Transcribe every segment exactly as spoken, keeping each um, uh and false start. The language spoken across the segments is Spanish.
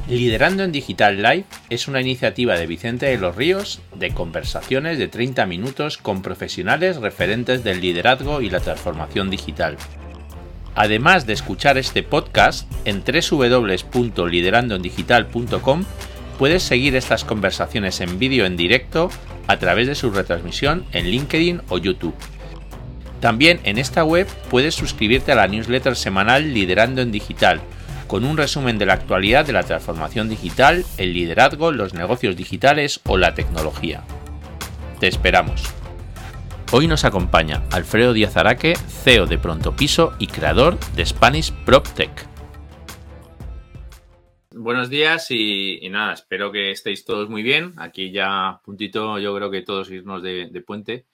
Liderando en Digital Live es una iniciativa de Vicente de los Ríos de conversaciones de treinta minutos con profesionales referentes del liderazgo y la transformación digital. Además de escuchar este podcast, en doble u doble u doble u punto liderando en digital punto com puedes seguir estas conversaciones en vídeo en directo a través de su retransmisión en LinkedIn o YouTube. También en esta web puedes suscribirte a la newsletter semanal Liderando en Digital, con un resumen de la actualidad de la transformación digital, el liderazgo, los negocios digitales o la tecnología. Te esperamos. Hoy nos acompaña Alfredo Díaz Araque, C E O de Prontopiso y creador de Spanish PropTech. Buenos días y, y nada, espero que estéis todos muy bien. Aquí ya puntito, yo creo que todos irnos de, de puente.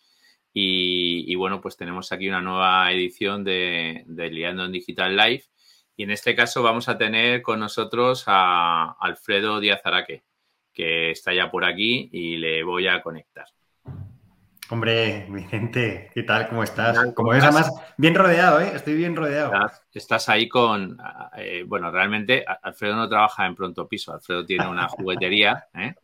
Y, y bueno, pues tenemos aquí una nueva edición de, de Liderando en Digital Live. Y en este caso vamos a tener con nosotros a Alfredo Díaz Araque, que está ya por aquí y le voy a conectar. Hombre, Vicente, ¿qué tal? ¿Cómo estás? ¿Cómo Como ves, además, bien rodeado, ¿eh? Estoy bien rodeado. Estás, estás ahí con... Eh, bueno, realmente Alfredo no trabaja en Prontopiso. Alfredo tiene una juguetería, ¿eh?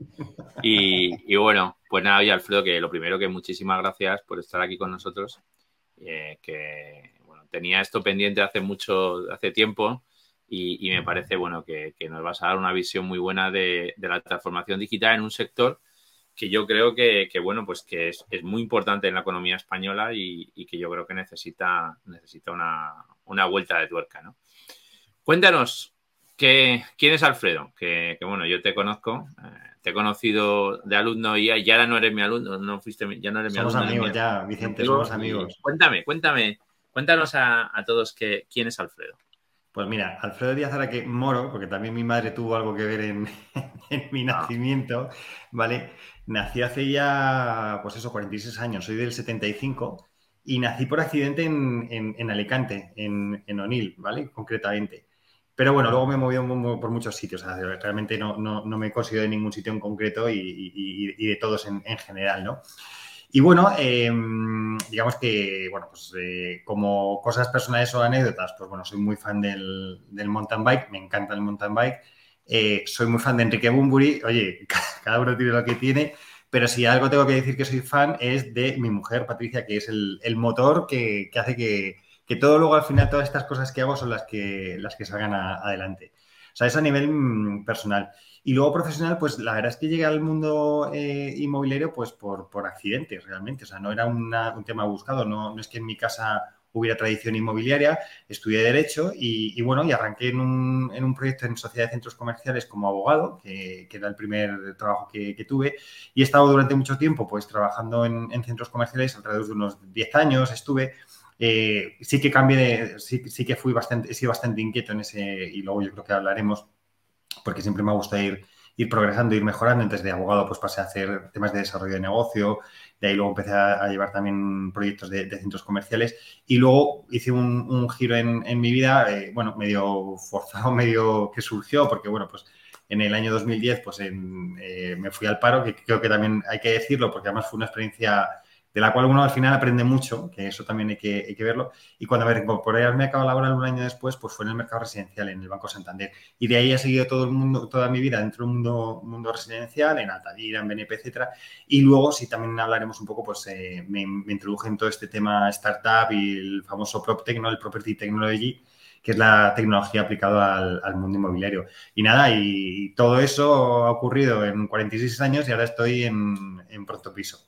Y, y bueno, pues nada, oye, Alfredo, que lo primero que muchísimas gracias por estar aquí con nosotros. Eh, que... Tenía esto pendiente hace mucho, hace tiempo y, y me parece, bueno, que, que nos vas a dar una visión muy buena de, de la transformación digital en un sector que yo creo que, que bueno, pues que es, es muy importante en la economía española y, y que yo creo que necesita, necesita una, una vuelta de tuerca, ¿no? Cuéntanos, que, ¿quién es Alfredo? Que, que bueno, yo te conozco, eh, te he conocido de alumno y ya ahora no eres mi alumno, no fuiste, ya no eres mi Somos alumno. amigos mi, ya, Vicente, somos amigos. Cuéntame, cuéntame. Cuéntanos a, a todos que, quién es Alfredo. Pues mira, Alfredo Díaz Araque Moro, porque también mi madre tuvo algo que ver en, en mi nacimiento, ¿vale? Nací hace ya, pues eso, cuarenta y seis años, soy del setenta y cinco y nací por accidente en, en, en Alicante, en, en Onil, ¿vale? Concretamente. Pero bueno, luego me he movido por muchos sitios, o sea, realmente no, no, no me considero de ningún sitio en concreto y, y, y de todos en, en general, ¿no? Y bueno, eh, digamos que, bueno, pues eh, como cosas personales o anécdotas, pues bueno, soy muy fan del, del mountain bike, me encanta el mountain bike, eh, soy muy fan de Enrique Bunbury, oye, cada uno tiene lo que tiene, pero si algo tengo que decir que soy fan es de mi mujer, Patricia, que es el, el motor que, que hace que, que todo luego al final, todas estas cosas que hago son las que, las que salgan a, adelante. O sea, es a nivel mmm, personal. Y luego profesional, pues la verdad es que llegué al mundo eh, inmobiliario pues por, por accidentes realmente. O sea, no era una, un tema buscado, no, no es que en mi casa hubiera tradición inmobiliaria, estudié Derecho y, y bueno, y arranqué en un, en un proyecto en Sociedad de Centros Comerciales como abogado, que, que era el primer trabajo que, que tuve. Y he estado durante mucho tiempo pues trabajando en, en centros comerciales, alrededor de unos diez años estuve. Eh, sí que cambié, de, sí, sí que fui bastante, he sido bastante inquieto en ese, y luego yo creo que hablaremos, porque siempre me gusta ir, ir progresando, ir mejorando. Entonces, de abogado, pues pasé a hacer temas de desarrollo de negocio. De ahí luego empecé a, a llevar también proyectos de, de centros comerciales. Y luego hice un, un giro en, en mi vida, eh, bueno, medio forzado, medio que surgió, porque, bueno, pues en el año dos mil diez, pues en, eh, me fui al paro, que creo que también hay que decirlo, porque además fue una experiencia de la cual uno al final aprende mucho, que eso también hay que, hay que verlo. Y cuando me reincorporé al mercado laboral un año después, pues fue en el mercado residencial, en el Banco Santander. Y de ahí he seguido todo el mundo, toda mi vida dentro del mundo, mundo residencial, en Altadira, en B N P, etcétera. Y luego, si también hablaremos un poco, pues eh, me, me introduje en todo este tema startup y el famoso PropTech, ¿no? El Property Technology, que es la tecnología aplicada al, al mundo inmobiliario. Y nada, y todo eso ha ocurrido en cuarenta y seis años y ahora estoy en, en Prontopiso.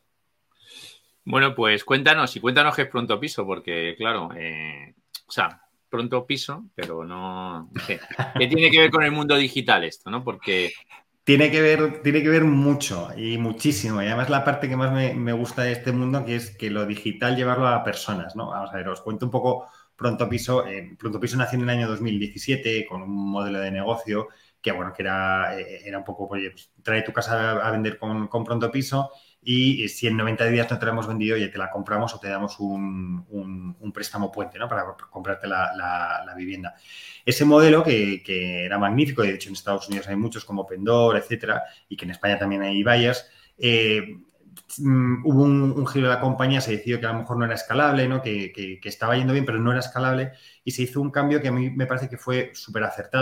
Bueno, pues cuéntanos, y cuéntanos qué es Prontopiso, porque claro, eh, o sea, Prontopiso, pero no... ¿Qué, ¿Qué tiene que ver con el mundo digital esto, no? Porque... Tiene que ver, tiene que ver mucho y muchísimo. Y además la parte que más me, me gusta de este mundo, que es que lo digital llevarlo a personas, ¿no? Vamos a ver, os cuento un poco Prontopiso. Eh, Prontopiso nació en el año dos mil diecisiete con un modelo de negocio que, bueno, que era, eh, era un poco, oye, pues, trae tu casa a vender con, con Prontopiso y si en noventa días no te la hemos vendido, oye, te la compramos o te damos un, un, un préstamo puente, ¿no? Para comprarte la, la, la vivienda. Ese modelo que, que era magnífico, y de hecho en Estados Unidos hay muchos como Pendor, etcétera, y que en España también hay varias, eh, hubo un, un giro de la compañía, se decidió que a lo mejor no era escalable, ¿no? Que, que, que estaba yendo bien, pero no era escalable, y se hizo un cambio que a mí me parece que fue súper acertado,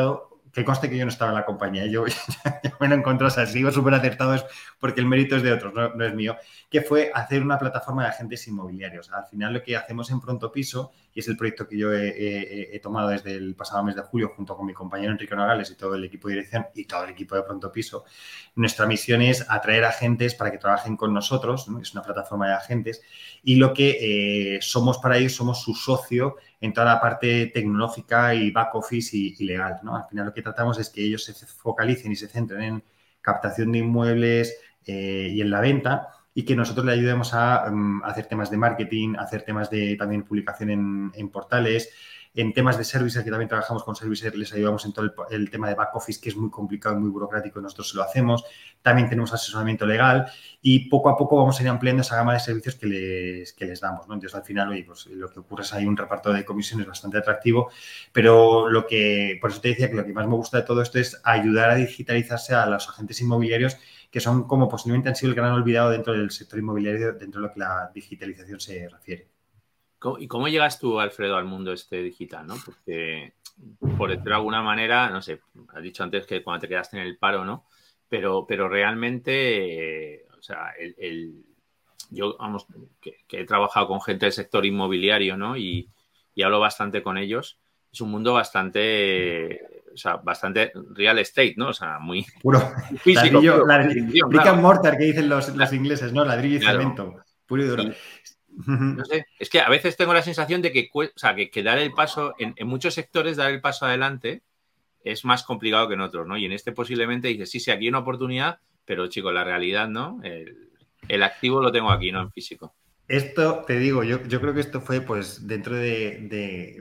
que conste que yo no estaba en la compañía, yo, yo me lo encontré, o sea, sigo súper acertado es porque el mérito es de otros, no, no es mío, que fue hacer una plataforma de agentes inmobiliarios. Al final lo que hacemos en Pronto Piso, y es el proyecto que yo he, he, he tomado desde el pasado mes de julio junto con mi compañero Enrique Nogales y todo el equipo de dirección y todo el equipo de Pronto Piso, nuestra misión es atraer agentes para que trabajen con nosotros, ¿no? Es una plataforma de agentes, y lo que eh, somos para ellos, somos su socio en toda la parte tecnológica y back office y, y legal, ¿no? Al final lo que tratamos es que ellos se focalicen y se centren en captación de inmuebles eh, y en la venta, y que nosotros le ayudemos a um, hacer temas de marketing, a hacer temas de también publicación en, en portales, en temas de services, que también trabajamos con services, les ayudamos en todo el, el tema de back office, que es muy complicado y muy burocrático, nosotros lo hacemos. También tenemos asesoramiento legal y poco a poco vamos a ir ampliando esa gama de servicios que les, que les damos, ¿no? Entonces, al final, oye, pues lo que ocurre es hay un reparto de comisiones bastante atractivo, pero lo que, por eso te decía que lo que más me gusta de todo esto es ayudar a digitalizarse a los agentes inmobiliarios, que son como posiblemente han sido el gran olvidado dentro del sector inmobiliario, dentro de lo que la digitalización se refiere. ¿Y cómo llegas tú, Alfredo, al mundo este digital, ¿no? Porque, por decirlo de alguna manera, no sé, has dicho antes que cuando te quedaste en el paro, ¿no? Pero, pero realmente, eh, o sea, el, el, yo, vamos, que, que he trabajado con gente del sector inmobiliario, ¿no? Y, y hablo bastante con ellos. Es un mundo bastante, o sea, bastante real estate, ¿no? O sea, muy puro físico. Ladrillo, puro, ladrillo, brick claro. and mortar, que dicen los, los ingleses, ¿no? Ladrillo y Claro. cemento, puro y duro. Y, no sé, es que a veces tengo la sensación de que, o sea, que, que dar el paso, en, en muchos sectores dar el paso adelante es más complicado que en otros, ¿no? Y en este posiblemente dices, sí, sí, aquí hay una oportunidad, pero chicos, la realidad, ¿no? El, el activo lo tengo aquí, no en físico. Esto, te digo, yo, yo creo que esto fue, pues, dentro de, de,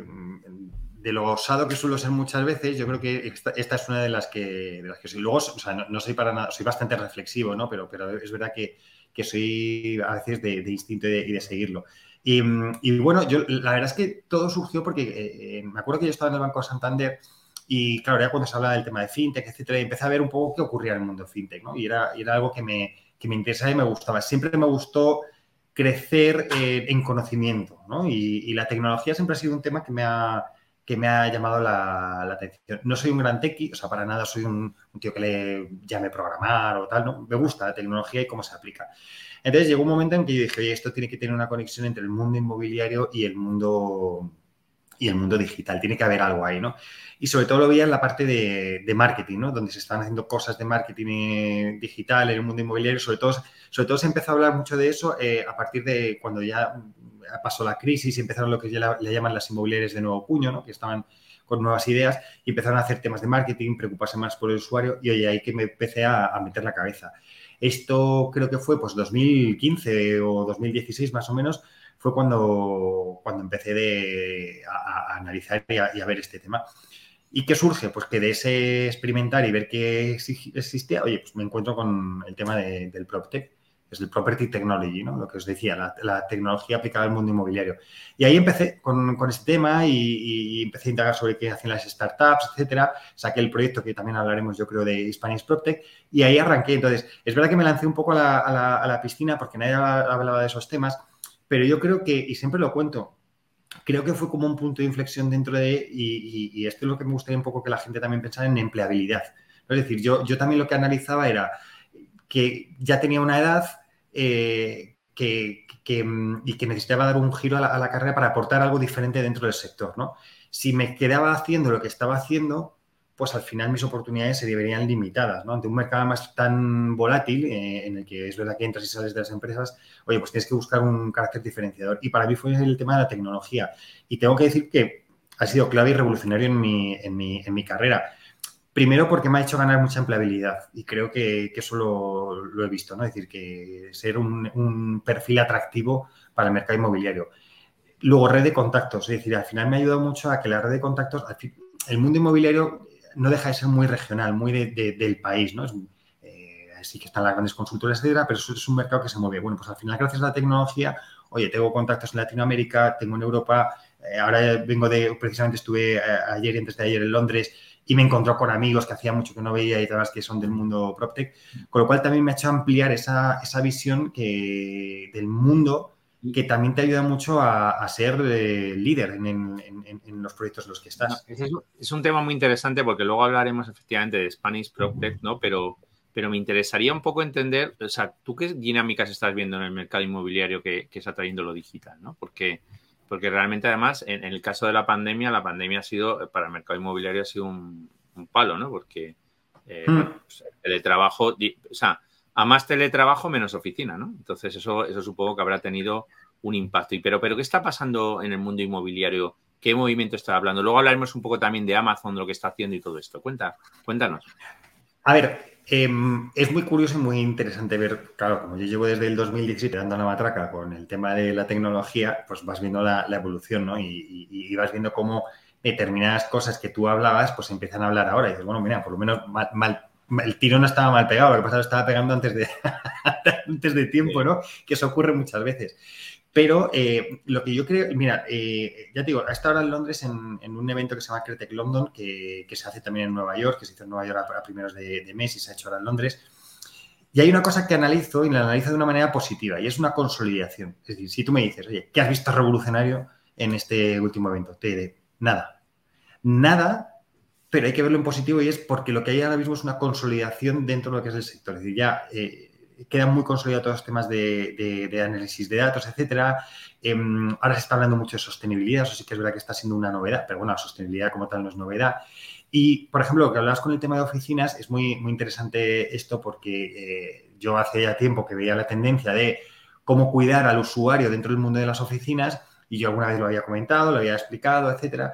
de lo osado que suelo ser muchas veces, yo creo que esta, esta es una de las que, de las que soy. Luego, o sea, no, no soy para nada, soy bastante reflexivo, ¿no? Pero, pero es verdad que, que soy a veces de, de instinto y de, y de seguirlo. Y, y, bueno, yo la verdad es que todo surgió porque eh, me acuerdo que yo estaba en el Banco Santander y, claro, era cuando se hablaba del tema de fintech, etcétera, y empecé a ver un poco qué ocurría en el mundo fintech, ¿no? Y era, y era algo que me, que me interesaba y me gustaba. Siempre me gustó crecer eh, en conocimiento, ¿no? Y, y la tecnología siempre ha sido un tema que me ha, que me ha llamado la, la atención. No soy un gran techie, o sea, para nada soy un, un tío que le llame programar o tal, ¿no? Me gusta la tecnología y cómo se aplica. Entonces llegó un momento en que yo dije, oye, esto tiene que tener una conexión entre el mundo inmobiliario y el mundo, y el mundo digital. Tiene que haber algo ahí, ¿no? Y sobre todo lo veía en la parte de, de marketing, ¿no? Donde se están haciendo cosas de marketing digital en el mundo inmobiliario. Sobre todo, sobre todo se empezó a hablar mucho de eso eh, a partir de cuando ya pasó la crisis y empezaron lo que ya le llaman las inmobiliarias de nuevo cuño, ¿no? Que estaban con nuevas ideas y empezaron a hacer temas de marketing, preocuparse más por el usuario y, oye, ahí que me empecé a, a meter la cabeza. Esto creo que fue pues dos mil quince o dos mil dieciséis más o menos, fue cuando, cuando empecé de, a, a analizar y a, y a ver este tema. ¿Y qué surge? Pues que de ese experimentar y ver qué existía, oye, pues me encuentro con el tema de, del PropTech, que es el Property Technology, ¿no? Lo que os decía, la, la tecnología aplicada al mundo inmobiliario. Y ahí empecé con, con este tema y, y empecé a indagar sobre qué hacían las startups, etcétera. Saqué el proyecto que también hablaremos, yo creo, de Spanish PropTech y ahí arranqué. Entonces, es verdad que me lancé un poco a la, a la, a la piscina porque nadie hablaba de esos temas, pero yo creo que, y siempre lo cuento, creo que fue como un punto de inflexión dentro de, y, y, y esto es lo que me gustaría un poco que la gente también pensara en empleabilidad. Es decir, yo, yo también lo que analizaba era que ya tenía una edad eh, que, que, y que necesitaba dar un giro a la, a la carrera para aportar algo diferente dentro del sector, ¿no? Si me quedaba haciendo lo que estaba haciendo, pues al final mis oportunidades se verían limitadas, ¿no? Ante un mercado más tan volátil, eh, en el que es verdad que entras y sales de las empresas, oye, pues tienes que buscar un carácter diferenciador. Y para mí fue el tema de la tecnología. Y tengo que decir que ha sido clave y revolucionario en mi, en mi, en mi carrera. Primero porque me ha hecho ganar mucha empleabilidad y creo que, que eso lo, lo he visto, ¿no? Es decir, que ser un, un perfil atractivo para el mercado inmobiliario. Luego, red de contactos, es decir, al final me ha ayudado mucho a que la red de contactos, el mundo inmobiliario no deja de ser muy regional, muy de, de, del país, ¿no? Es, eh, sí que están las grandes consultoras, etcétera, pero eso es un mercado que se mueve. Bueno, pues al final, gracias a la tecnología, oye, tengo contactos en Latinoamérica, tengo en Europa, eh, ahora vengo de, precisamente estuve eh, ayer y antes de ayer en Londres y me encontré con amigos que hacía mucho que no veía y además que son del mundo PropTech, con lo cual también me ha hecho ampliar esa, esa visión que, del mundo que también te ayuda mucho a, a ser eh, líder en, en, en, en los proyectos en los que estás. No, es, es un tema muy interesante porque luego hablaremos efectivamente de Spanish PropTech, ¿no? Pero, pero me interesaría un poco entender, o sea, ¿tú qué dinámicas estás viendo en el mercado inmobiliario que, que está trayendo lo digital, ¿no? Porque, porque realmente además, en, en el caso de la pandemia, la pandemia ha sido, para el mercado inmobiliario ha sido un, un palo, ¿no? Porque, eh, Hmm. bueno, pues el teletrabajo, o sea, a más teletrabajo, menos oficina, ¿no? Entonces, eso, eso supongo que habrá tenido un impacto. Y, pero, pero, ¿qué está pasando en el mundo inmobiliario? ¿Qué movimiento está hablando? Luego hablaremos un poco también de Amazon, lo que está haciendo y todo esto. Cuenta, cuéntanos. A ver, eh, es muy curioso y muy interesante ver, claro, como yo llevo desde el dos mil diecisiete dando la matraca con el tema de la tecnología, pues vas viendo la, la evolución, ¿no? Y, y, y vas viendo cómo determinadas cosas que tú hablabas, pues empiezan a hablar ahora. Y dices, bueno, mira, por lo menos mal, mal, el tiro no estaba mal pegado, lo que pasa es que estaba pegando antes de, antes de tiempo, ¿no? Que eso ocurre muchas veces. Pero eh, lo que yo creo, mira, eh, ya te digo, he estado ahora en Londres en, en un evento que se llama Cretec London, que, que se hace también en Nueva York, que se hizo en Nueva York a, a primeros de, de mes y se ha hecho ahora en Londres. Y hay una cosa que analizo y la analizo de una manera positiva y es una consolidación. Es decir, si tú me dices, oye, ¿qué has visto revolucionario en este último evento? Te diré, nada. Nada, pero hay que verlo en positivo y es porque lo que hay ahora mismo es una consolidación dentro de lo que es el sector. Es decir, ya eh, quedan muy consolidados todos los temas de, de, de análisis de datos, etcétera. Eh, ahora se está hablando mucho de sostenibilidad, eso sí que es verdad que está siendo una novedad, pero bueno, la sostenibilidad como tal no es novedad. Y, por ejemplo, lo que hablabas con el tema de oficinas, es muy, muy interesante esto porque eh, yo hace ya tiempo que veía la tendencia de cómo cuidar al usuario dentro del mundo de las oficinas y yo alguna vez lo había comentado, lo había explicado, etcétera.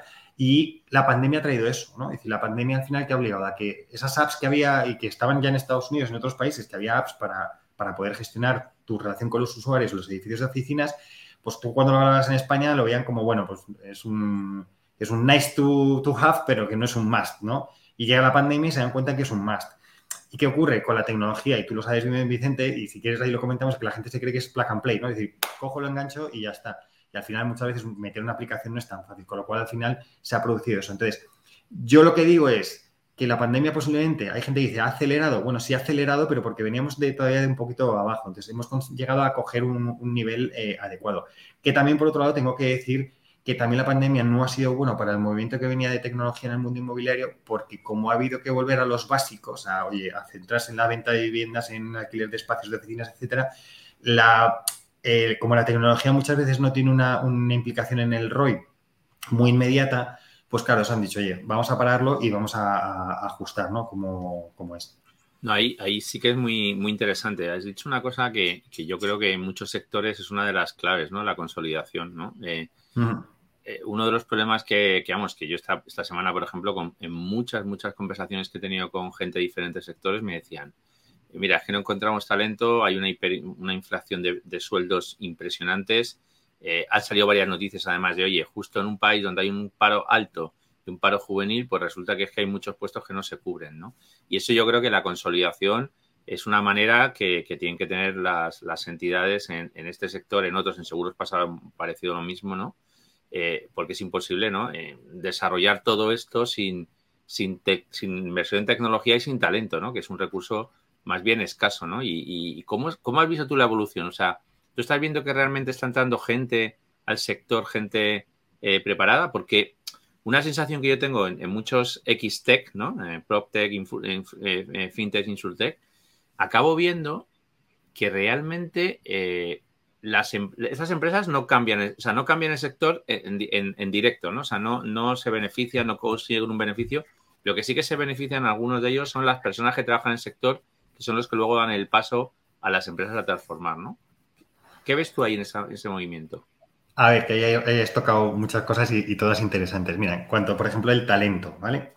Y la pandemia ha traído eso, ¿no? Es decir, la pandemia al final que ha obligado a que esas apps que había y que estaban ya en Estados Unidos y en otros países, que había apps para, para poder gestionar tu relación con los usuarios, los edificios de oficinas, pues tú cuando lo hablabas en España lo veían como, bueno, pues es un, es un nice to, to have, pero que no es un must, ¿no? Y llega la pandemia y se dan cuenta que es un must. ¿Y qué ocurre con la tecnología? Y tú lo sabes bien, Vicente, y si quieres ahí lo comentamos, que la gente se cree que es plug and play, ¿no? Es decir, cojo, lo engancho y ya está. Y al final muchas veces meter una aplicación no es tan fácil, con lo cual al final se ha producido eso. Entonces, yo lo que digo es que la pandemia posiblemente, hay gente que dice, ha acelerado. Bueno, sí ha acelerado, pero porque veníamos de todavía de un poquito abajo. Entonces, hemos llegado a coger un, un nivel eh, adecuado. Que también, por otro lado, tengo que decir que también la pandemia no ha sido bueno para el movimiento que venía de tecnología en el mundo inmobiliario, porque como ha habido que volver a los básicos, a, oye, a centrarse en la venta de viviendas, en alquiler de espacios de oficinas, etcétera, la... Eh, como la tecnología muchas veces no tiene una, una implicación en el R O I muy inmediata, pues claro, se han dicho, oye, vamos a pararlo y vamos a, a ajustar, ¿no? Como, como es. No, ahí, ahí sí que es muy, muy interesante. Has dicho una cosa que, que yo creo que en muchos sectores es una de las claves, ¿no? La consolidación, ¿no? Eh, uh-huh. eh, uno de los problemas que, que, vamos, que yo esta, esta semana, por ejemplo, con, en muchas, muchas conversaciones que he tenido con gente de diferentes sectores, me decían, mira, es que no encontramos talento, hay una, hiper, una inflación de, de sueldos impresionantes. Eh, han salido varias noticias, además de, oye, justo en un país donde hay un paro alto y un paro juvenil, pues resulta que es que hay muchos puestos que no se cubren, ¿no? Y eso yo creo que la consolidación es una manera que, que tienen que tener las, las entidades en, en este sector, en otros, en seguros pasa parecido lo mismo, ¿no? Eh, porque es imposible, ¿no? Eh, desarrollar todo esto sin, sin, te, sin inversión en tecnología y sin talento, ¿no? Que es un recurso más bien escaso, ¿no? Y, y ¿cómo, ¿cómo has visto tú la evolución? O sea, ¿tú estás viendo que realmente está entrando gente al sector, gente eh, preparada? Porque una sensación que yo tengo en, en muchos X-Tech, ¿no? Eh, PropTech, Infu, eh, eh, FinTech, InsurTech, acabo viendo que realmente eh, las, esas empresas no cambian, o sea, no cambian el sector en, en, en directo, ¿no? O sea, no, no se benefician, no consiguen un beneficio. Lo que sí que se benefician algunos de ellos son las personas que trabajan en el sector, que son los que luego dan el paso a las empresas a transformar, ¿no? ¿Qué ves tú ahí en, esa, en ese movimiento? A ver, que ahí hayas tocado muchas cosas y, y todas interesantes. Mira, en cuanto, por ejemplo, el talento, ¿vale?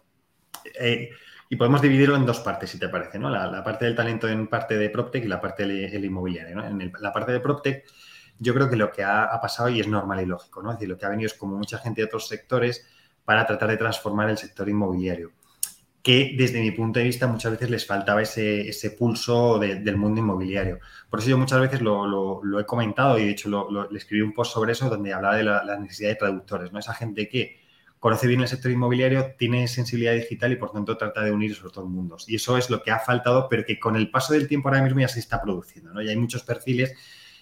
Eh, y podemos dividirlo en dos partes, si te parece, ¿no? La, la parte del talento en parte de PropTech y la parte del el inmobiliario, ¿no? En el, la parte de PropTech, yo creo que lo que ha, ha pasado y es normal y lógico, ¿no? Es decir, lo que ha venido es como mucha gente de otros sectores para tratar de transformar el sector inmobiliario, que desde mi punto de vista muchas veces les faltaba ese, ese pulso de, del mundo inmobiliario. Por eso yo muchas veces lo, lo, lo he comentado y de hecho lo, lo, le escribí un post sobre eso donde hablaba de la, la necesidad de traductores, ¿no? Esa gente que conoce bien el sector inmobiliario, tiene sensibilidad digital y por tanto trata de unir esos dos mundos. Y eso es lo que ha faltado, pero que con el paso del tiempo ahora mismo ya se está produciendo, ¿no? Y hay muchos perfiles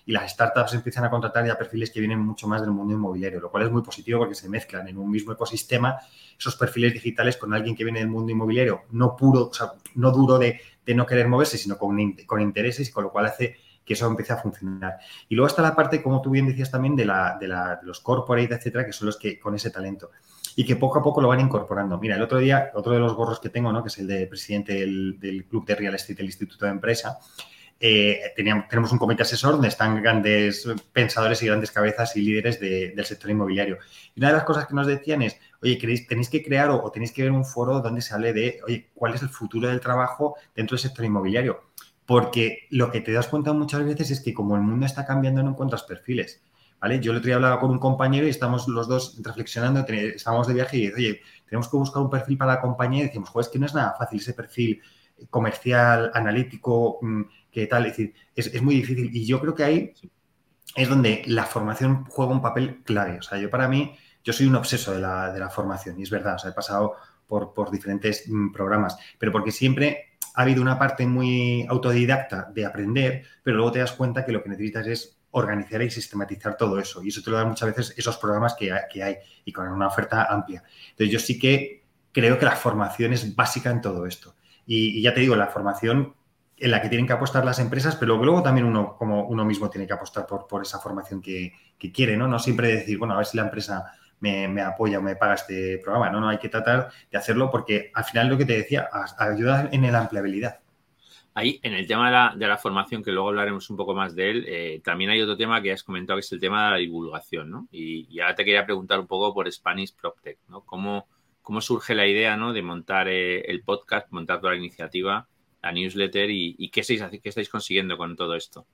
y las startups empiezan a contratar ya perfiles que vienen mucho más del mundo inmobiliario, lo cual es muy positivo porque se mezclan en un mismo ecosistema esos perfiles digitales con alguien que viene del mundo inmobiliario, no puro, o sea, no duro de, de no querer moverse, sino con, con intereses, y con lo cual hace que eso empiece a funcionar. Y luego está la parte, como tú bien decías también, de, la, de, la, de los corporate, etcétera, que son los que con ese talento y que poco a poco lo van incorporando. Mira, el otro día, otro de los gorros que tengo, ¿no?, que es el de presidente del, del Club de Real Estate del Instituto de Empresa, eh, teníamos, tenemos un comité asesor donde están grandes pensadores y grandes cabezas y líderes de, del sector inmobiliario. Y una de las cosas que nos decían es, oye, queréis, tenéis que crear o, o tenéis que ver un foro donde se hable de, oye, ¿cuál es el futuro del trabajo dentro del sector inmobiliario? Porque lo que te das cuenta muchas veces es que como el mundo está cambiando, no encuentras perfiles, ¿vale? Yo el otro día hablaba con un compañero y estamos los dos reflexionando, estábamos de viaje y dice, oye, tenemos que buscar un perfil para la compañía y decimos, joder, es que no es nada fácil ese perfil comercial, analítico, que tal, es decir, es, es muy difícil. Y yo creo que ahí es donde la formación juega un papel clave. O sea, yo para mí, yo soy un obseso de la, de la formación y es verdad, o sea, he pasado por, por diferentes mm, programas, pero porque siempre ha habido una parte muy autodidacta de aprender, pero luego te das cuenta que lo que necesitas es organizar y sistematizar todo eso. Y eso te lo dan muchas veces esos programas que, que hay y con una oferta amplia. Entonces, yo sí que creo que la formación es básica en todo esto. Y, y ya te digo, la formación en la que tienen que apostar las empresas, pero luego también uno, como uno mismo, tiene que apostar por, por esa formación que, que quiere, ¿no? No siempre decir, bueno, a ver si la empresa me, me apoya o me paga este programa. No, no, hay que tratar de hacerlo porque al final lo que te decía, ayuda en la empleabilidad. Ahí, en el tema de la, de la formación, que luego hablaremos un poco más de él, eh, también hay otro tema que has comentado, que es el tema de la divulgación, ¿no? Y, y ahora te quería preguntar un poco por Spanish PropTech, ¿no? ¿Cómo, cómo surge la idea, ¿no?, de montar eh, el podcast, montar toda la iniciativa, la newsletter y, y qué, estáis, qué estáis consiguiendo con todo esto?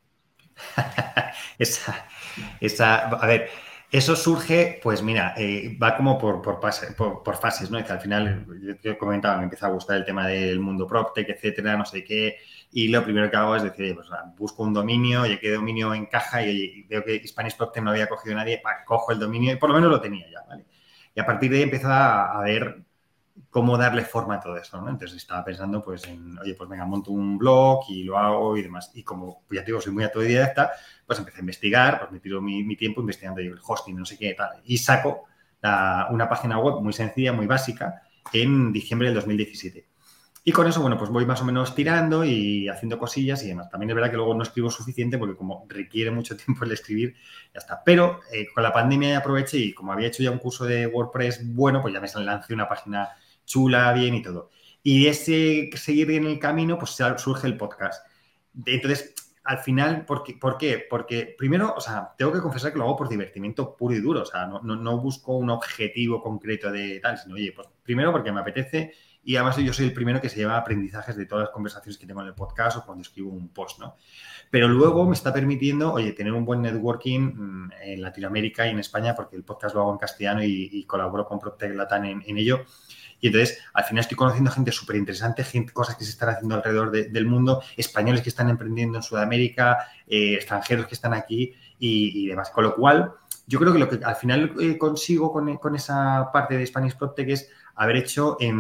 esa, esa, a ver, eso surge, pues mira, eh, va como por, por, pase, por, por fases, ¿no? Y que al final, yo te comentaba, me empieza a gustar el tema del mundo PropTech, etcétera, no sé qué, y lo primero que hago es decir, pues busco un dominio, oye, qué dominio encaja, y, y veo que Spanish PropTech no había cogido nadie, bah, cojo el dominio, y por lo menos lo tenía ya, ¿vale? Y a partir de ahí empiezo a, a ver cómo darle forma a todo eso, ¿no? Entonces estaba pensando, pues, en, oye, pues venga, monto un blog y lo hago y demás. Y como, pues ya te digo, soy muy autodidacta, pues empecé a investigar, pues me tiro mi, mi tiempo investigando el hosting, no sé qué, tal. Y saco la, una página web muy sencilla, muy básica, en diciembre del dos mil diecisiete. Y con eso, bueno, pues voy más o menos tirando y haciendo cosillas y demás. También es verdad que luego no escribo suficiente porque como requiere mucho tiempo el escribir, ya está. Pero eh, con la pandemia aproveché y como había hecho ya un curso de WordPress bueno, pues ya me lancé una página chula, bien y todo. Y de ese seguir bien el camino, pues surge el podcast. Entonces, al final, ¿por qué? ¿por qué? Porque primero, o sea, tengo que confesar que lo hago por divertimiento puro y duro. O sea, no, no, no busco un objetivo concreto de tal, sino, oye, pues primero porque me apetece y además yo soy el primero que se lleva aprendizajes de todas las conversaciones que tengo en el podcast o cuando escribo un post, ¿no? Pero luego me está permitiendo, oye, tener un buen networking en Latinoamérica y en España porque el podcast lo hago en castellano y, y colaboro con PropTech Latam en, en ello. Y entonces, al final estoy conociendo gente súper interesante, gente, cosas que se están haciendo alrededor de, del mundo, españoles que están emprendiendo en Sudamérica, eh, extranjeros que están aquí y, y demás. Con lo cual, yo creo que lo que al final eh, consigo con, con esa parte de Spanish PropTech es haber hecho, eh,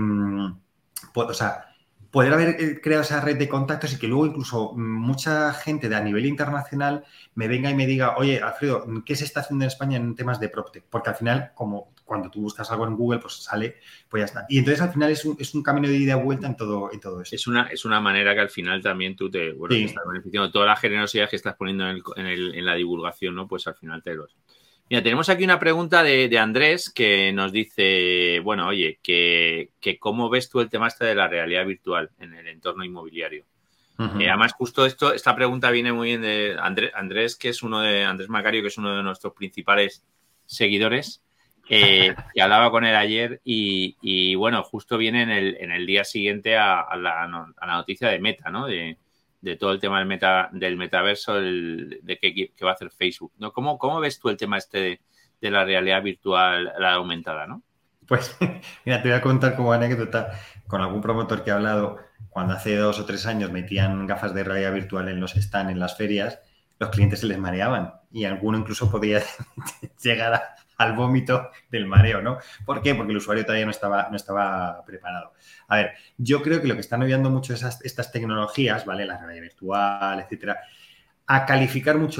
o sea, poder haber creado esa red de contactos y que luego incluso mucha gente de a nivel internacional me venga y me diga, oye, Alfredo, ¿qué se está haciendo en España en temas de PropTech? Porque al final, como cuando tú buscas algo en Google, pues sale, pues ya está. Y entonces al final es un, es un camino de ida y vuelta en todo, en todo eso. Es una, es una manera que al final también tú te, bueno, sí, te estás beneficiando. Toda la generosidad que estás poniendo en, el, en, el, en la divulgación, ¿no? Pues al final te los... Mira, tenemos aquí una pregunta de, de Andrés que nos dice, bueno, oye, que, que cómo ves tú el tema este de la realidad virtual en el entorno inmobiliario. Uh-huh. Eh, además, justo esto, esta pregunta viene muy bien de Andrés, Andrés, que es uno de Andrés Macario, que es uno de nuestros principales seguidores, eh, que hablaba con él ayer y, y bueno, justo viene en el, en el día siguiente a, a, la, a la noticia de Meta, ¿no? De, de todo el tema del, meta, del metaverso, el, de qué que va a hacer Facebook, ¿no? ¿Cómo, cómo ves tú el tema este de, de la realidad virtual, la aumentada, ¿no? Pues, mira, te voy a contar como anécdota con algún promotor que ha hablado cuando hace dos o tres años metían gafas de realidad virtual en los stands, en las ferias, los clientes se les mareaban y alguno incluso podía llegar a, al vómito del mareo, ¿no? ¿Por qué? Porque el usuario todavía no estaba, no estaba preparado. A ver, yo creo que lo que están ayudando mucho esas, estas tecnologías, ¿vale? La realidad virtual, etcétera, a calificar mucho el lead.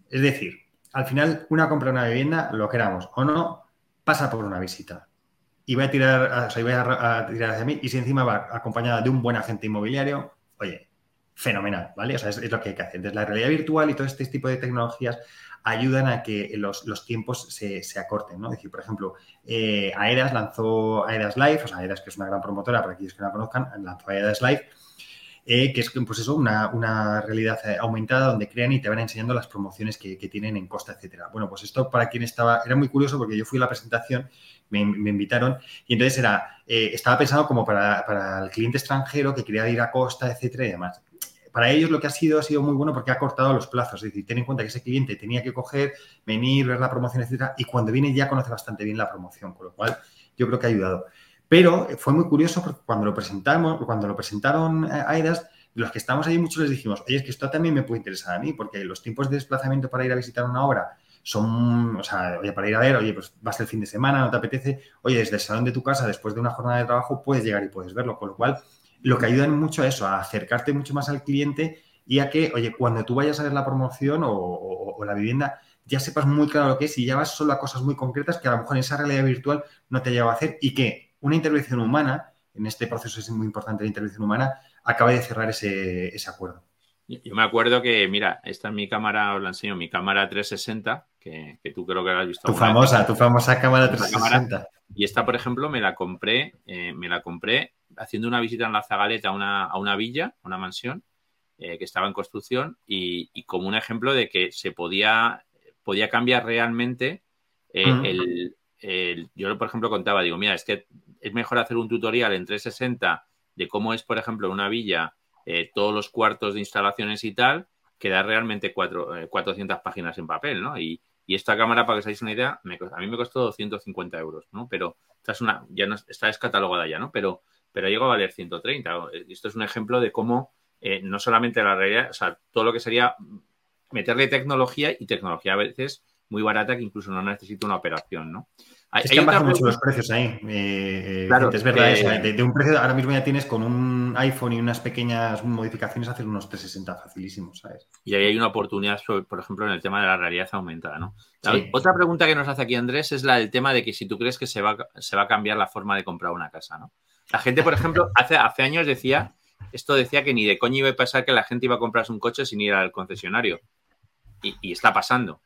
Es decir, al final, una compra de una vivienda, lo queramos o no, pasa por una visita. Y voy a tirar, o sea, voy a, a tirar hacia mí, y si encima va acompañada de un buen agente inmobiliario, oye, fenomenal, ¿vale? O sea, es, es lo que hay que hacer. Entonces, la realidad virtual y todo este tipo de tecnologías ayudan a que los, los tiempos se, se acorten, ¿no? Es decir, por ejemplo, eh, Aedas lanzó Aedas Live, o sea, Aedas, que es una gran promotora, para aquellos que no la conozcan, lanzó Aedas Live, eh, que es pues eso, una, una realidad aumentada donde crean y te van enseñando las promociones que, que tienen en Costa, etcétera. Bueno, pues esto para quien estaba, era muy curioso porque yo fui a la presentación, me, me invitaron y entonces era, eh, estaba pensado como para, para el cliente extranjero que quería ir a Costa, etcétera y demás. Para ellos lo que ha sido ha sido muy bueno porque ha cortado los plazos. Es decir, ten en cuenta que ese cliente tenía que coger, venir, ver la promoción, etcétera, y cuando viene ya conoce bastante bien la promoción, con lo cual yo creo que ha ayudado. Pero fue muy curioso porque cuando lo presentamos, cuando lo presentaron a Aedas, los que estábamos ahí muchos les dijimos, oye, es que esto también me puede interesar a mí, porque los tiempos de desplazamiento para ir a visitar una obra son, o sea, oye, para ir a ver, oye, pues vas el fin de semana, no te apetece, oye, desde el salón de tu casa, después de una jornada de trabajo, puedes llegar y puedes verlo, con lo cual, lo que ayuda mucho a eso, a acercarte mucho más al cliente y a que, oye, cuando tú vayas a ver la promoción o, o, o la vivienda, ya sepas muy claro lo que es y ya vas solo a cosas muy concretas que a lo mejor en esa realidad virtual no te lleva a hacer y que una intervención humana, en este proceso es muy importante la intervención humana, acaba de cerrar ese, ese acuerdo. Yo me acuerdo que, mira, esta es mi cámara, os la enseño, mi cámara trescientos sesenta, que, que tú creo que la has visto Tu alguna vez. famosa, tu famosa cámara Esta trescientos sesenta. Cámara, y esta, por ejemplo, me la compré, eh, me la compré haciendo una visita en la Zagaleta a una, a una villa, a una mansión, eh, que estaba en construcción, y, y como un ejemplo de que se podía, podía cambiar realmente eh, Mm. el, el... Yo, por ejemplo, contaba, digo, mira, es que es mejor hacer un tutorial en trescientos sesenta de cómo es, por ejemplo, una villa, eh, todos los cuartos de instalaciones y tal, que dar realmente cuatro, eh, cuatrocientas páginas en papel, ¿no? Y, y esta cámara, para que os hagáis una idea, me, a mí me costó doscientos cincuenta euros, ¿no? Pero esta es una, ya no, está descatalogada ya, ¿no? Pero, pero llegó a valer ciento treinta. Esto es un ejemplo de cómo eh, no solamente la realidad, o sea, todo lo que sería meterle tecnología y tecnología a veces muy barata que incluso no necesita una operación, ¿no? Hay, es hay que han otra bajado mucho pregunta. los precios ahí, eh, Claro, Vicente, es verdad, eh, eso, de, de un precio ahora mismo ya tienes con un iPhone y unas pequeñas modificaciones hacer unos trescientos sesenta facilísimos, ¿sabes? Y ahí hay una oportunidad, sobre, por ejemplo, en el tema de la realidad aumentada, ¿no? Sí. Otra pregunta que nos hace aquí Andrés es la del tema de que si tú crees que se va, se va a cambiar la forma de comprar una casa, ¿no? La gente, por ejemplo, hace, hace años decía, esto decía que ni de coño iba a pasar que la gente iba a comprarse un coche sin ir al concesionario. Y, y está pasando.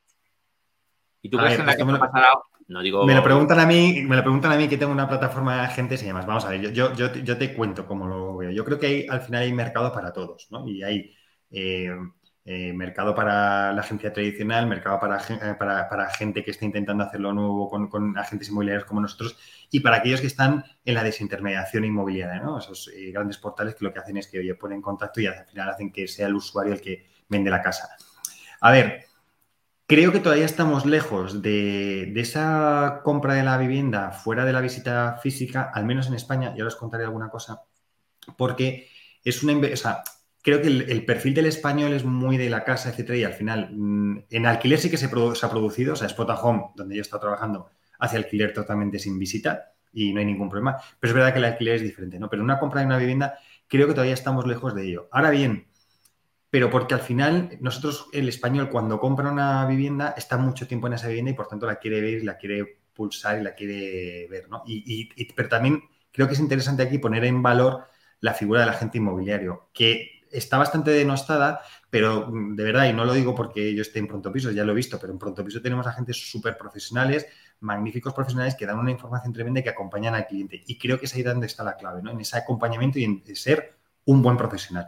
¿Y tú A crees que ver, en la esto me casa lo, pasará? No me lo digo yo. preguntan a mí, me lo preguntan a mí que tengo una plataforma de agentes y demás. Vamos a ver, yo, yo, yo, te, yo te cuento cómo lo veo. Yo creo que hay, al final hay mercado para todos, ¿no? Y hay eh, eh, mercado para la agencia tradicional, mercado para, para, para gente que está intentando hacerlo nuevo con, con agentes inmobiliarios como nosotros y para aquellos que están en la desintermediación inmobiliaria, ¿no? Esos eh, grandes portales que lo que hacen es que, oye, ponen contacto y al final hacen que sea el usuario el que vende la casa. A ver, creo que todavía estamos lejos de, de esa compra de la vivienda fuera de la visita física, al menos en España, ya os contaré alguna cosa, porque es una... O sea, creo que el, el perfil del español es muy de la casa, etcétera, y al final, mmm, en alquiler sí que se, produ se ha producido, o sea, Spot a Home, donde yo he estado trabajando, hace alquiler totalmente sin visita y no hay ningún problema, pero es verdad que el alquiler es diferente, ¿no? Pero en una compra de una vivienda creo que todavía estamos lejos de ello. Ahora bien, pero porque al final nosotros, el español, cuando compra una vivienda, está mucho tiempo en esa vivienda y por tanto la quiere ver y la quiere pulsar y la quiere ver, ¿no? Y, y, y, pero también creo que es interesante aquí poner en valor la figura del agente inmobiliario, que está bastante denostada, pero de verdad, y no lo digo porque yo esté en Pronto Pisos, ya lo he visto, pero en Pronto Piso tenemos agentes súper profesionales, magníficos profesionales que dan una información tremenda y que acompañan al cliente. Y creo que es ahí donde está la clave, ¿no? En ese acompañamiento y en ser un buen profesional.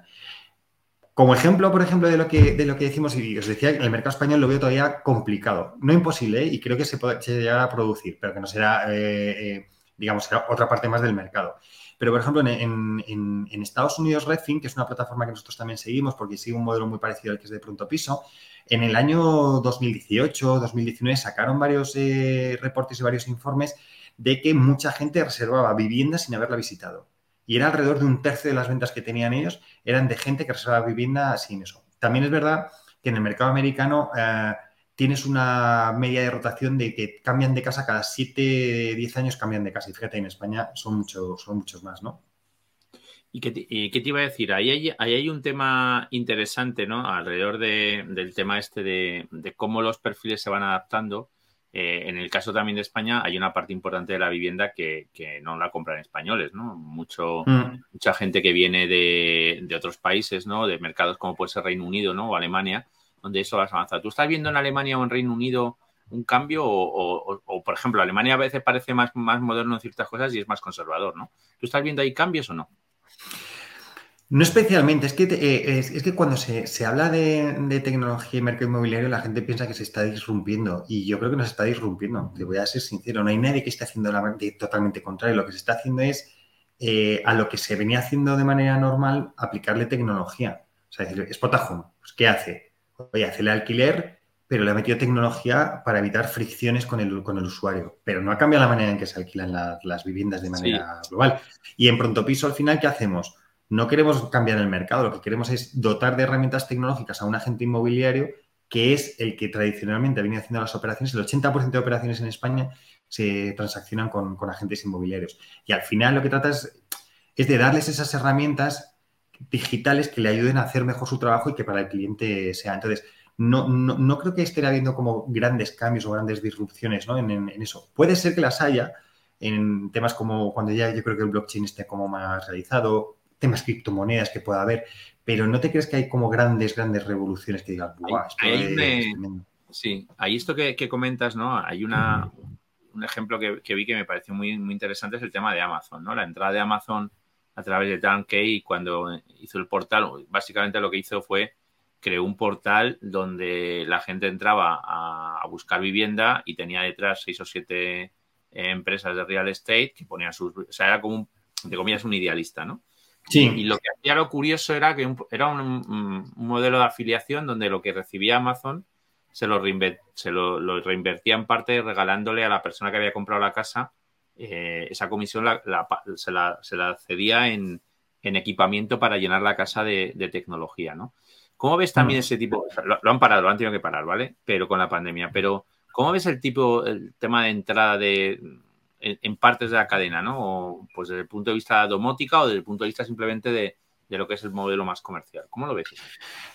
Como ejemplo, por ejemplo, de lo que, de lo que decimos, y os decía, el mercado español lo veo todavía complicado. No imposible, ¿eh? Y creo que se puede se llegará a producir, pero que no será, eh, eh, digamos, será otra parte más del mercado. Pero, por ejemplo, en, en, en Estados Unidos, Redfin, que es una plataforma que nosotros también seguimos porque sigue un modelo muy parecido al que es de Pronto Piso, en el año dos mil dieciocho, dos mil diecinueve sacaron varios eh, reportes y varios informes de que mucha gente reservaba viviendas sin haberla visitado. Y era alrededor de un tercio de las ventas que tenían ellos eran de gente que reservaba vivienda sin eso. También es verdad que en el mercado americano eh, tienes una media de rotación de que cambian de casa cada siete, diez años cambian de casa. Y fíjate, en España son, mucho, son muchos más, ¿no? ¿Y qué te, y qué te iba a decir? Ahí hay, ahí hay un tema interesante, ¿no? Alrededor de, del tema este de, de cómo los perfiles se van adaptando. Eh, en el caso también de España hay una parte importante de la vivienda que, que no la compran españoles, ¿no? Mucho, Mm. mucha gente que viene de, de otros países, ¿no? De mercados como puede ser Reino Unido, ¿no? O Alemania, donde eso va a avanzar. ¿Tú estás viendo en Alemania o en Reino Unido un cambio? O, o, o, por ejemplo, Alemania a veces parece más, más moderno en ciertas cosas y es más conservador, ¿no? ¿Tú estás viendo ahí cambios o no? No especialmente, es que, eh, es, es que cuando se, se habla de, de tecnología y mercado inmobiliario, la gente piensa que se está disrumpiendo y yo creo que no se está disrumpiendo, te voy a ser sincero, no hay nadie que esté haciendo la, de, totalmente contrario, lo que se está haciendo es eh, a lo que se venía haciendo de manera normal, aplicarle tecnología. O sea, decir, Spotahome, pues, ¿qué hace? Oye, hace el alquiler, pero le ha metido tecnología para evitar fricciones con el, con el usuario, pero no ha cambiado la manera en que se alquilan la, las viviendas de Sí. manera global. Y en Pronto Piso, al final, ¿qué hacemos? No queremos cambiar el mercado, lo que queremos es dotar de herramientas tecnológicas a un agente inmobiliario que es el que tradicionalmente ha venido haciendo las operaciones. El ochenta por ciento de operaciones en España se transaccionan con, con agentes inmobiliarios. Y al final lo que trata es, es de darles esas herramientas digitales que le ayuden a hacer mejor su trabajo y que para el cliente sea. Entonces, no, no, no creo que esté habiendo como grandes cambios o grandes disrupciones, ¿no? en, en, en eso. Puede ser que las haya en temas como cuando ya yo creo que el blockchain esté como más realizado, temas criptomonedas que pueda haber, pero no te crees que hay como grandes, grandes revoluciones que digas, ¡buah! Ahí, ahí Esto hay un, es eh, tremendo. sí, ahí esto que, que comentas, ¿no? Hay una, un ejemplo que, que vi que me pareció muy, muy interesante, es el tema de Amazon, ¿no? La entrada de Amazon a través de Turnkey cuando hizo el portal, básicamente lo que hizo fue creó un portal donde la gente entraba a, a buscar vivienda y tenía detrás seis o siete eh, empresas de real estate que ponían sus... O sea, era como, un, de comillas, un idealista, ¿no? Y, y Sí, lo que hacía lo curioso era que un, era un, un, modelo de afiliación donde lo que recibía Amazon se lo, reinver, se lo, lo reinvertía en parte regalándole a la persona que había comprado la casa eh, esa comisión la, la, se, la, se la cedía en, en equipamiento para llenar la casa de, de tecnología, ¿no? ¿Cómo ves también mm. ese tipo? Lo, lo han parado, lo han tenido que parar, ¿vale? Pero con la pandemia. Pero ¿cómo ves el tipo, el tema de entrada de en, en partes de la cadena, ¿no? O, pues desde el punto de vista domótica o desde el punto de vista simplemente de, de lo que es el modelo más comercial. ¿Cómo lo ves eso?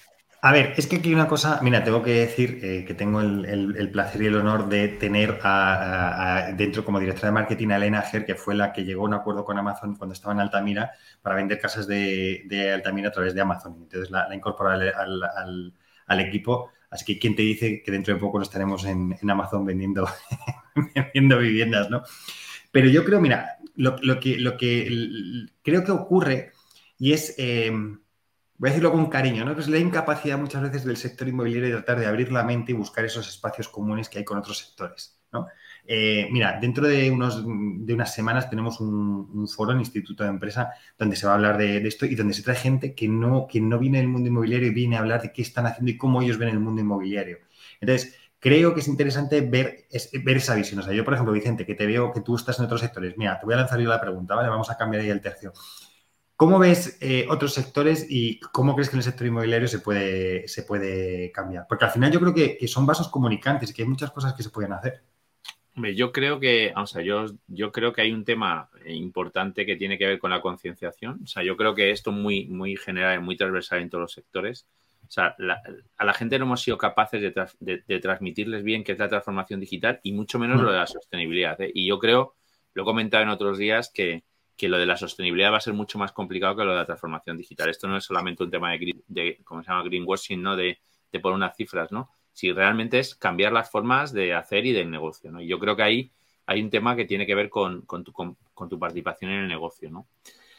A ver, es que aquí hay una cosa, mira, tengo que decir eh, que tengo el, el, el, placer y el honor de tener a, a, a, dentro como directora de marketing a Elena Ger, que fue la que llegó a un acuerdo con Amazon cuando estaba en Altamira para vender casas de, de Altamira a través de Amazon. Entonces la, la incorporó al, al, al, al equipo. Así que, ¿quién te dice que dentro de poco no estaremos en, en Amazon vendiendo, vendiendo viviendas, ¿no? Pero yo creo, mira, lo, lo, que, lo que creo que ocurre y es... Eh, voy a decirlo con cariño, ¿no? Que es la incapacidad muchas veces del sector inmobiliario de tratar de abrir la mente y buscar esos espacios comunes que hay con otros sectores, ¿no? Eh, mira, dentro de, unos, de unas semanas tenemos un, un foro en Instituto de Empresa donde se va a hablar de, de, esto y donde se trae gente que no, que no viene del mundo inmobiliario y viene a hablar de qué están haciendo y cómo ellos ven el mundo inmobiliario. Entonces, creo que es interesante ver, es, ver esa visión. O sea, yo, por ejemplo, Vicente, que te veo que tú estás en otros sectores, mira, te voy a lanzar yo la pregunta, ¿vale? Vamos a cambiar ahí el tercio. ¿Cómo ves eh, otros sectores y cómo crees que en el sector inmobiliario se puede, se puede cambiar? Porque al final yo creo que, que son vasos comunicantes y que hay muchas cosas que se pueden hacer. Hombre, yo creo que, o sea, yo, yo creo que hay un tema importante que tiene que ver con la concienciación. O sea, yo creo que esto es muy, muy general y muy transversal en todos los sectores. O sea, la, a la gente no hemos sido capaces de, tra de, de transmitirles bien qué es la transformación digital y mucho menos lo de la sostenibilidad, ¿eh? Y yo creo, lo he comentado en otros días, que, que lo de la sostenibilidad va a ser mucho más complicado que lo de la transformación digital. Esto no es solamente un tema de, de ¿cómo se llama? Greenwashing, ¿no? De, de poner unas cifras, ¿no? Si realmente es cambiar las formas de hacer y del negocio, ¿no? Y yo creo que ahí hay un tema que tiene que ver con, con, tu, con, con tu participación en el negocio, ¿no?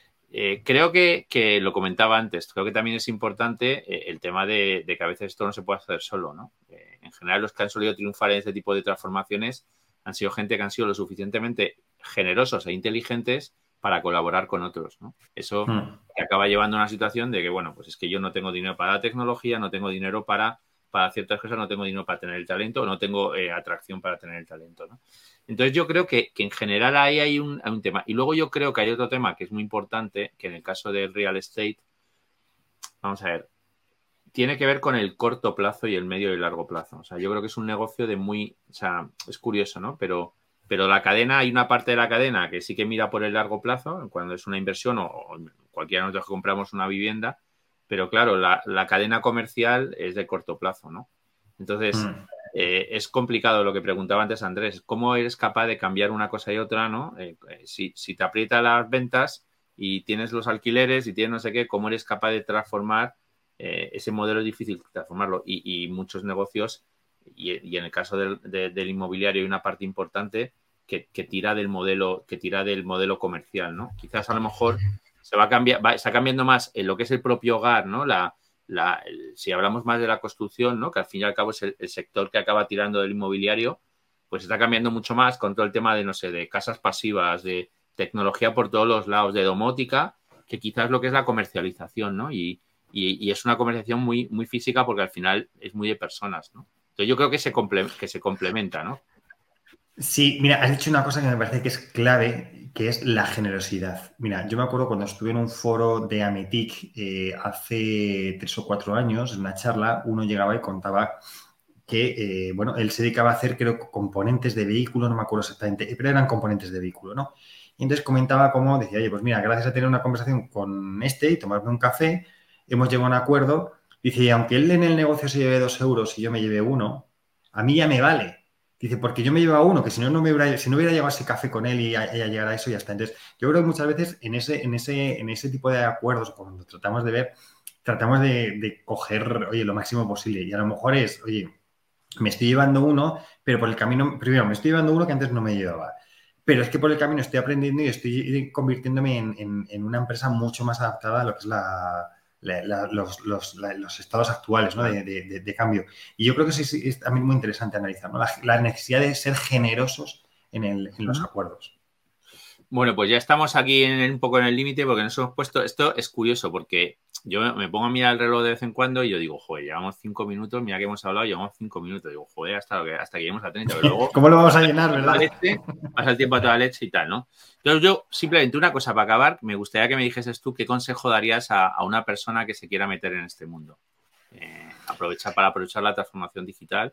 Eh, creo que, que lo comentaba antes, creo que también es importante eh, el tema de, de que a veces esto no se puede hacer solo, ¿no? Eh, en general, los que han solido triunfar en este tipo de transformaciones han sido gente que han sido lo suficientemente generosos e inteligentes para colaborar con otros, ¿no? Eso te acaba llevando a una situación de que, bueno, pues es que yo no tengo dinero para la tecnología, no tengo dinero para, para ciertas cosas, no tengo dinero para tener el talento, no tengo eh, atracción para tener el talento, ¿no? Entonces yo creo que, que en general ahí hay un, hay un tema. Y luego yo creo que hay otro tema que es muy importante, que en el caso del real estate, vamos a ver, tiene que ver con el corto plazo y el medio y largo plazo. O sea, yo creo que es un negocio de muy... O sea, es curioso, ¿no? Pero pero la cadena, hay una parte de la cadena que sí que mira por el largo plazo, cuando es una inversión o, o cualquiera de nosotros que compramos una vivienda, pero claro, la, la cadena comercial es de corto plazo, ¿no? Entonces, mm. eh, es complicado lo que preguntaba antes Andrés, ¿cómo eres capaz de cambiar una cosa y otra, ¿no? Eh, si, si te aprieta las ventas y tienes los alquileres y tienes no sé qué, ¿cómo eres capaz de transformar eh, ese modelo? Es difícil transformarlo y, y muchos negocios, y, y en el caso del, de, del inmobiliario hay una parte importante que, que tira del modelo, que tira del modelo comercial, ¿no? Quizás a lo mejor se va a cambiar, va, está cambiando más en lo que es el propio hogar, ¿no? La, la, el, si hablamos más de la construcción, ¿no? Que al fin y al cabo es el, el sector que acaba tirando del inmobiliario, pues está cambiando mucho más con todo el tema de, no sé, de casas pasivas, de tecnología por todos los lados, de domótica, que quizás lo que es la comercialización, ¿no? Y, y, y es una comercialización muy, muy física porque al final es muy de personas, ¿no? Entonces yo creo que se, comple que se complementa, ¿no? Sí, mira, has dicho una cosa que me parece que es clave, que es la generosidad. Mira, yo me acuerdo cuando estuve en un foro de Ametic eh, hace tres o cuatro años, en una charla, uno llegaba y contaba que, eh, bueno, él se dedicaba a hacer, creo, componentes de vehículo, no me acuerdo exactamente, pero eran componentes de vehículo, ¿no? Y entonces comentaba cómo, decía, oye, pues mira, gracias a tener una conversación con este y tomarme un café, hemos llegado a un acuerdo. Dice, y aunque él en el negocio se lleve dos euros y yo me lleve uno, a mí ya me vale. Dice, porque yo me llevo a uno, que si no, no me hubiera, si no hubiera llevado ese café con él y a, y a llegar a eso, ya está. Entonces, yo creo que muchas veces en ese, en ese, en ese tipo de acuerdos, cuando tratamos de ver, tratamos de, de coger, oye, lo máximo posible. Y a lo mejor es, oye, me estoy llevando uno, pero por el camino, primero, me estoy llevando uno que antes no me llevaba. Pero es que por el camino estoy aprendiendo y estoy convirtiéndome en, en, en una empresa mucho más adaptada a lo que es la... La, la, los, los, la, los estados actuales, ¿no? de, de, de cambio. Y yo creo que sí, sí, es también muy interesante analizar, ¿no? la, la necesidad de ser generosos en, el, en los acuerdos. Bueno, pues ya estamos aquí en, un poco en el límite porque nos hemos puesto... Esto es curioso porque yo me pongo a mirar el reloj de vez en cuando y yo digo, joder, llevamos cinco minutos, mira que hemos hablado, llevamos cinco minutos. Digo, joder, hasta, que, hasta que lleguemos a treinta. Pero luego, ¿cómo lo vamos a llenar, verdad? Leche, pasa el tiempo a toda leche y tal, ¿no? Entonces yo, simplemente una cosa para acabar, me gustaría que me dijeses tú qué consejo darías a, a una persona que se quiera meter en este mundo. Eh, aprovechar para aprovechar la transformación digital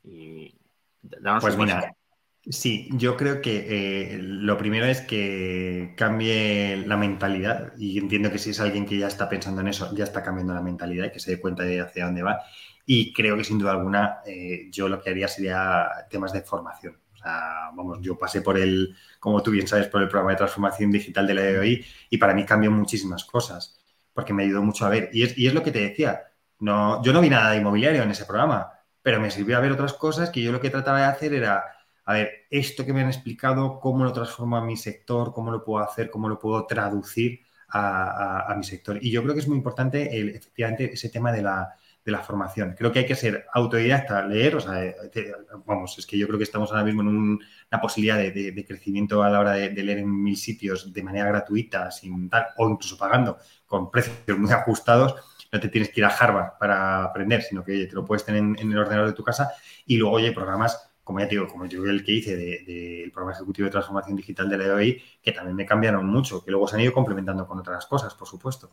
y darnos pues un mira, consejo. Sí, yo creo que eh, lo primero es que cambie la mentalidad y entiendo que si es alguien que ya está pensando en eso, ya está cambiando la mentalidad y que se dé cuenta de hacia dónde va. Y creo que sin duda alguna eh, yo lo que haría sería temas de formación. O sea, vamos, yo pasé por el, como tú bien sabes, por el programa de transformación digital de la E O I y para mí cambió muchísimas cosas porque me ayudó mucho a ver. Y es, y es lo que te decía, no, yo no vi nada de inmobiliario en ese programa, pero me sirvió a ver otras cosas que yo lo que trataba de hacer era... A ver, esto que me han explicado, cómo lo transformo a mi sector, cómo lo puedo hacer, cómo lo puedo traducir a, a, a mi sector. Y yo creo que es muy importante, el, efectivamente, ese tema de la, de la formación. Creo que hay que ser autodidacta, leer, o sea, te, vamos, es que yo creo que estamos ahora mismo en un, una posibilidad de, de, de crecimiento a la hora de, de leer en mil sitios de manera gratuita, sin tal, o incluso pagando con precios muy ajustados. No te tienes que ir a Harvard para aprender, sino que oye, te lo puedes tener en, en el ordenador de tu casa y luego, oye, programas como ya te digo, como yo el que hice del de, de programa ejecutivo de transformación digital de la E O I, que también me cambiaron mucho, que luego se han ido complementando con otras cosas, por supuesto.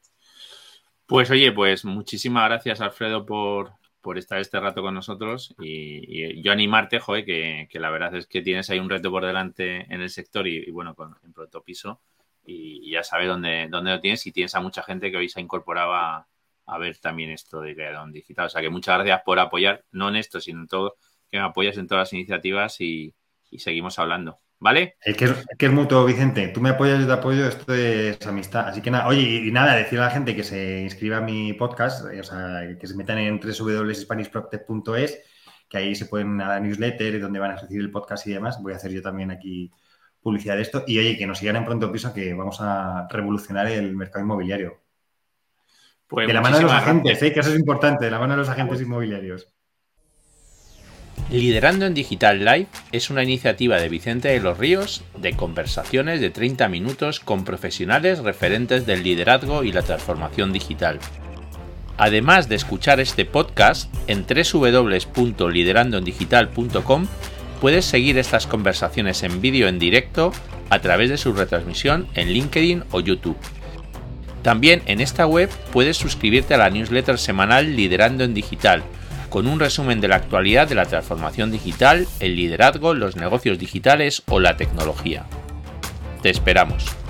Pues oye, pues muchísimas gracias, Alfredo, por, por estar este rato con nosotros y, y yo animarte, joder, que, que la verdad es que tienes ahí un reto por delante en el sector y, y bueno, con, en Pronto Piso y, y ya sabes dónde, dónde lo tienes y tienes a mucha gente que hoy se ha incorporado a, a ver también esto de creación digital. O sea que muchas gracias por apoyar, no en esto, sino en todo, que me apoyas en todas las iniciativas y, y seguimos hablando, ¿vale? El que, es, el que es mutuo, Vicente. Tú me apoyas, yo te apoyo, esto es amistad. Así que nada, oye, y, y nada, decirle a la gente que se inscriba a mi podcast, o sea, que se metan en doble u doble u doble u punto spanish proptech punto es, que ahí se pueden a la newsletter donde van a recibir el podcast y demás. Voy a hacer yo también aquí publicidad de esto. Y oye, que nos sigan en Pronto Piso, que vamos a revolucionar el mercado inmobiliario. Pues de la mano de los agentes, ¿eh? Que eso es importante, de la mano de los agentes inmobiliarios. Liderando en Digital Live es una iniciativa de Vicente de los Ríos de conversaciones de treinta minutos con profesionales referentes del liderazgo y la transformación digital. Además de escuchar este podcast, en doble u doble u doble u punto liderando en digital punto com puedes seguir estas conversaciones en vídeo en directo a través de su retransmisión en LinkedIn o YouTube. También en esta web puedes suscribirte a la newsletter semanal Liderando en Digital, con un resumen de la actualidad de la transformación digital, el liderazgo, los negocios digitales o la tecnología. Te esperamos.